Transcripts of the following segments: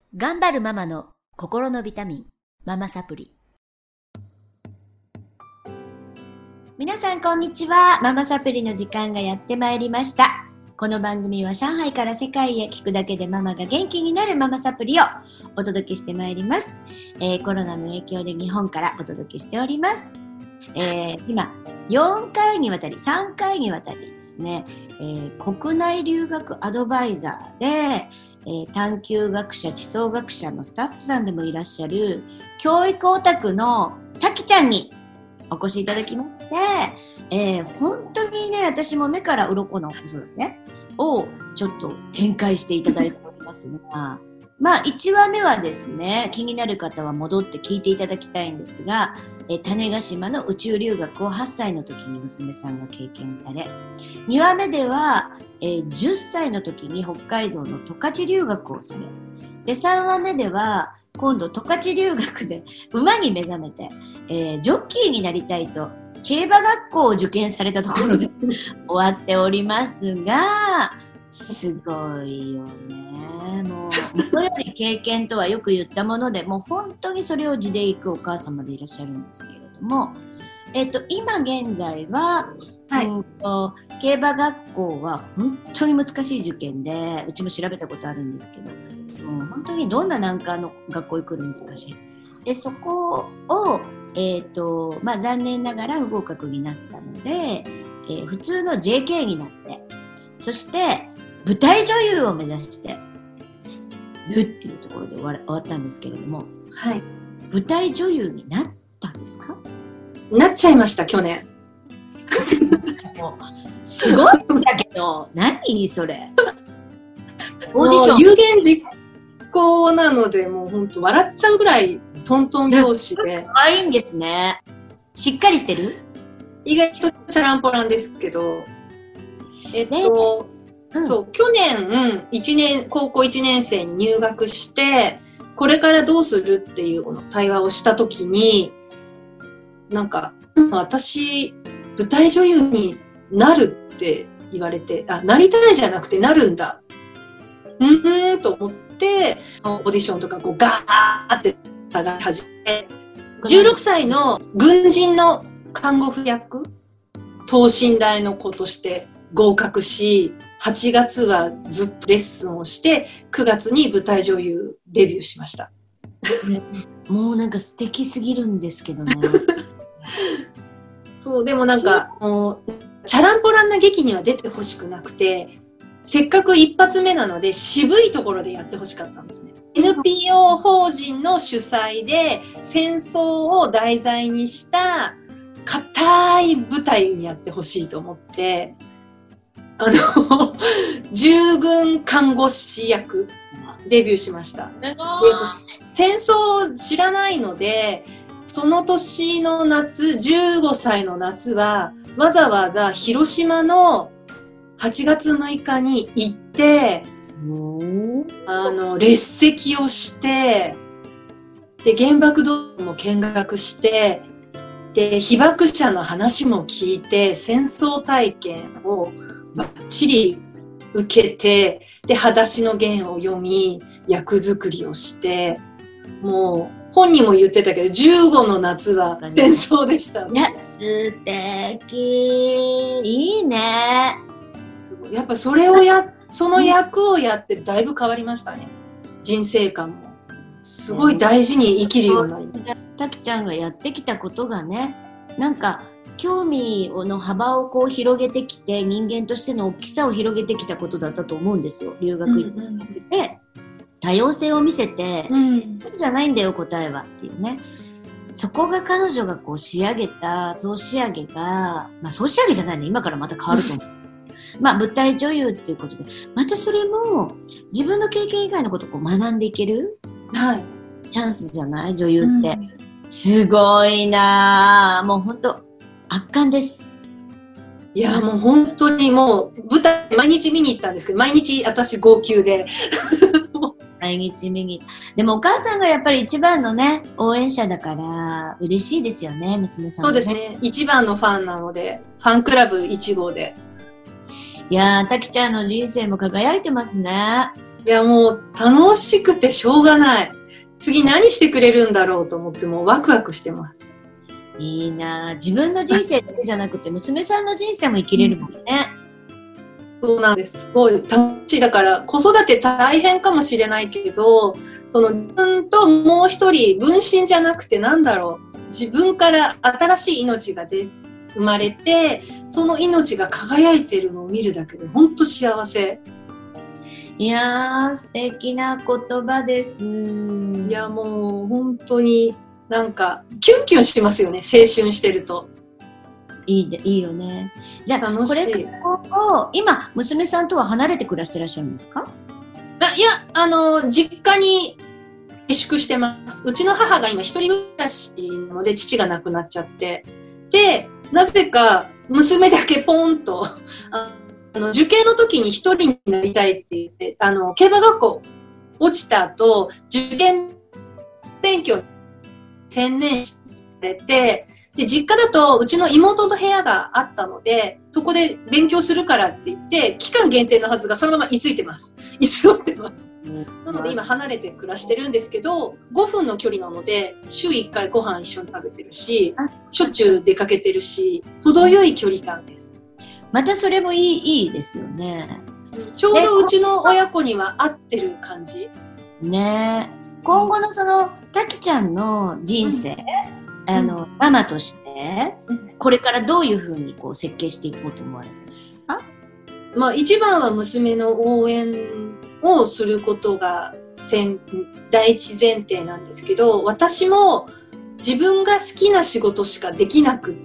頑張るママの心のビタミン、ママサプリ。皆さんこんにちは。ママサプリの時間がやってまいりました。この番組は上海から世界へ聞くだけでママが元気になるママサプリをお届けしてまいります。コロナの影響で日本からお届けしております。今3回にわたりですね、国内留学アドバイザーで、探究学者、地層学者のスタッフさんでもいらっしゃる教育オタクのたきちゃんにお越しいただきまして、本当にね、私も目から鱗の子育てをちょっと展開していただいておりますが、まあ1話目はですね、気になる方は戻って聞いていただきたいんですが、種子島の宇宙留学を8歳の時に娘さんが経験され、2話目では、10歳の時に北海道の十勝留学をされ、で3話目では今度十勝留学で馬に目覚めて、ジョッキーになりたいと競馬学校を受験されたところで終わっておりますが、すごいよね。もう元より経験とはよく言ったもので、もう本当にそれを地で行くお母様でいらっしゃるんですけれども、今現在は、競馬学校は本当に難しい受験で、うちも調べたことあるんですけど、もう本当にどんな難関の学校行くの難しい。でそこを、残念ながら不合格になったので、普通の JK になって、そして舞台女優を目指してるっていうところで終わったんですけれども、 はい。 舞台女優になったんですか？ なっちゃいました、去年。 もうすごいんだけど、何それ。オーディション。 有言実行なので、もう本当笑っちゃうぐらいトントン拍子で。 可愛いんですね。しっかりしてる？ 意外とチャランポランですけど、そう、去年、高校1年生に入学して、これからどうするっていうこの対話をしたときに、なんか、私、舞台女優になるって言われて、なりたいじゃなくてなるんだ。と思って、オーディションとかガーって探し始め、16歳の軍人の看護婦役、等身大の子として合格し、8月はずっとレッスンをして、9月に舞台女優デビューしました。 もうなんか素敵すぎるんですけどね。 そう、でもなんか、チャランポランな劇には出てほしくなくて、せっかく一発目なので渋いところでやってほしかったんですね。NPO 法人の主催で戦争を題材にした硬い舞台にやってほしいと思って、従軍看護師役デビューしました。戦争を知らないので、その年の夏、15歳の夏はわざわざ広島の8月6日に行って、列席をして、で、原爆ドームも見学して、で、被爆者の話も聞いて、戦争体験をバッチリ受けて、で、裸足の弦を読み、役作りをして、もう、本人も言ってたけど、15の夏は戦争でした。 いや、素敵。いいね。 すごい。やっぱその役をやってだいぶ変わりましたね。人生観も。すごい大事に生きるようになりました。 たきちゃんがやってきたことがね、なんか、興味の幅をこう広げてきて、人間としての大きさを広げてきたことだったと思うんですよ。留学にさせて、多様性を見せて、そうじゃないんだよ答えはっていうね。そこが彼女がこう仕上げた総仕上げが、総仕上げじゃないね、今からまた変わると思う。舞台女優っていうことで、またそれも自分の経験以外のことをこう学んでいける、チャンスじゃない女優って。すごいなぁ。もう本当圧巻です。 いや、もう本当にもう舞台毎日見に行ったんですけど、毎日私号泣で。 毎日見に。でもお母さんがやっぱり一番のね、応援者だから嬉しいですよね、娘さん、ね。 そうですね。一番のファンなので、ファンクラブ1号で。 いやー、たきちゃんの人生も輝いてますね。 いや、もう楽しくてしょうがない。次何してくれるんだろうと思ってもうワクワクしてます。 いいなぁ。自分の人生だけじゃなくて、娘さんの人生も生きれるもんね。 そうなんです。すごい楽しい。だから子育て大変かもしれないけど、その自分ともう一人分身じゃなくてなんだろう。自分から新しい命が生まれて、その命が輝いてるのを見るだけで本当幸せ。 いやー、素敵な言葉です。 いや、もう本当になんかキュンキュンしますよね。青春してると。 いいよね。じゃあ、これから今、娘さんとは離れて暮らしてらっしゃるんですか？ いや、実家に下宿してます。うちの母が今一人暮らしなので、父が亡くなっちゃって。で、なぜか娘だけポンと、受験の時に一人になりたいって言って、競馬学校落ちた後、受験勉強に専念されて、で、実家だとうちの妹の部屋があったので、そこで勉強するからって言って、期間限定のはずがそのまま居ついてます。居座ってます。なので今離れて暮らしてるんですけど、5分の距離なので、週1回ご飯一緒に食べてるし、しょっちゅう出かけてるし、程よい距離感です。 またそれもいいですよね。 ちょうどうちの親子には合ってる感じ。 ねえ。今後のその、たきちゃんの人生、ママとして、これからどういうふうにこう設計していこうと思われるんですか？ まあ一番は娘の応援をすることが第一前提なんですけど、私も自分が好きな仕事しかできなくって、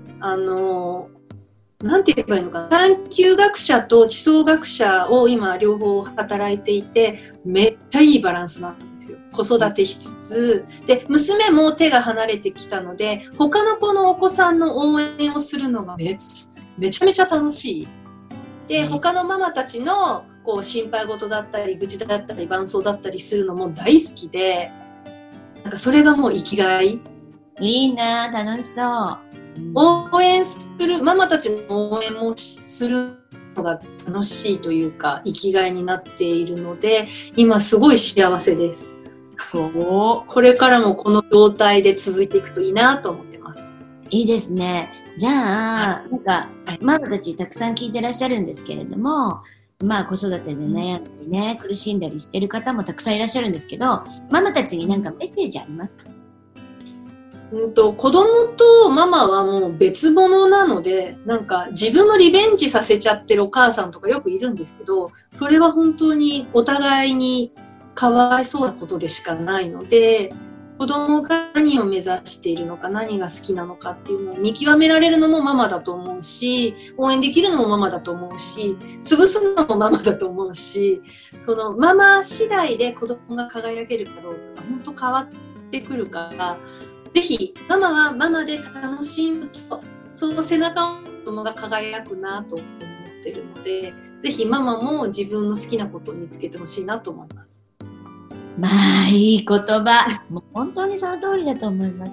なんて言えばいいのかな。探究学者と地層学者を今両方働いていて、めっちゃいいバランスなんですよ。子育てしつつ、で、娘も手が離れてきたので、他の子のお子さんの応援をするのがめちゃめちゃ楽しい。で、他のママたちのこう心配事だったり、愚痴だったり、伴奏だったりするのも大好きで、なんかそれがもう生きがい。 いいなぁ、楽しそう。 応援する、ママたちの応援もするのが楽しいというか、生きがいになっているので、今すごい幸せです。これからもこの状態で続いていくといいなと思ってます。 いいですね。じゃあ、なんか、ママたちたくさん聞いてらっしゃるんですけれども、まあ子育てで悩んだりね、苦しんだりしてる方もたくさんいらっしゃるんですけど、ママたちになんかメッセージありますか？ 子供とママはもう別物なので、なんか自分のリベンジさせちゃってるお母さんとかよくいるんですけど、それは本当にお互いにかわいそうなことでしかないので、子供が何を目指しているのか、何が好きなのかっていうのを見極められるのもママだと思うし、応援できるのもママだと思うし、潰すのもママだと思うし、そのママ次第で子供が輝けるかどうかが本当変わってくるから、ぜひママはママで楽しむと、その背中を子供が輝くなと思ってるので、ぜひママも自分の好きなことを見つけてほしいなと思います。 まあ、いい言葉。もう本当にその通りだと思います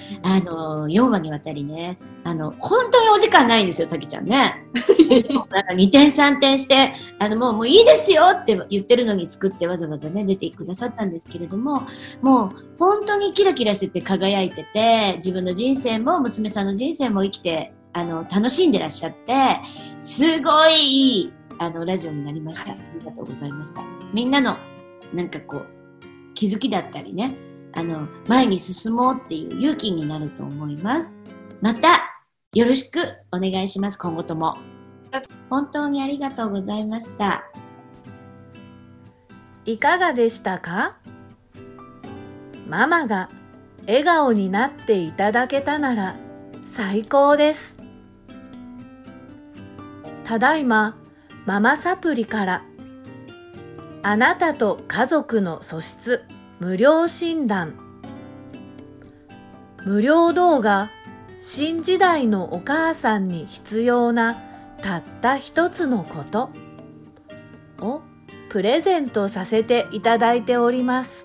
。4話にわたりね、本当にお時間ないんですよ、たきちゃんね。なんか2点3点して、もういいですよって言ってるのに作ってわざわざね、出てくださったんですけれども、もう本当にキラキラしてて輝いてて、自分の人生も娘さんの人生も生きて、楽しんでらっしゃって、すごいいい、ラジオになりました。ありがとうございました。みんなの、なんかこう、気づきだったりね、前に進もうっていう勇気になると思います。また、よろしくお願いします、今後とも。本当にありがとうございました。 いかがでしたか？ママが笑顔になっていただけたなら最高です。ただいま、ママサプリからあなたと家族の素質無料診断、無料動画、新時代のお母さんに必要なたった一つのことをプレゼントさせていただいております。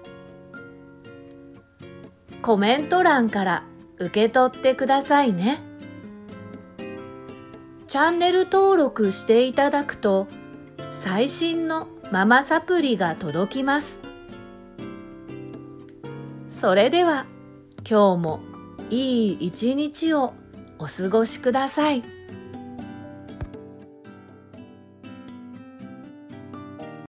コメント欄から受け取ってくださいね。チャンネル登録していただくと最新のママサプリが届きます。それでは今日もいい一日をお過ごしください。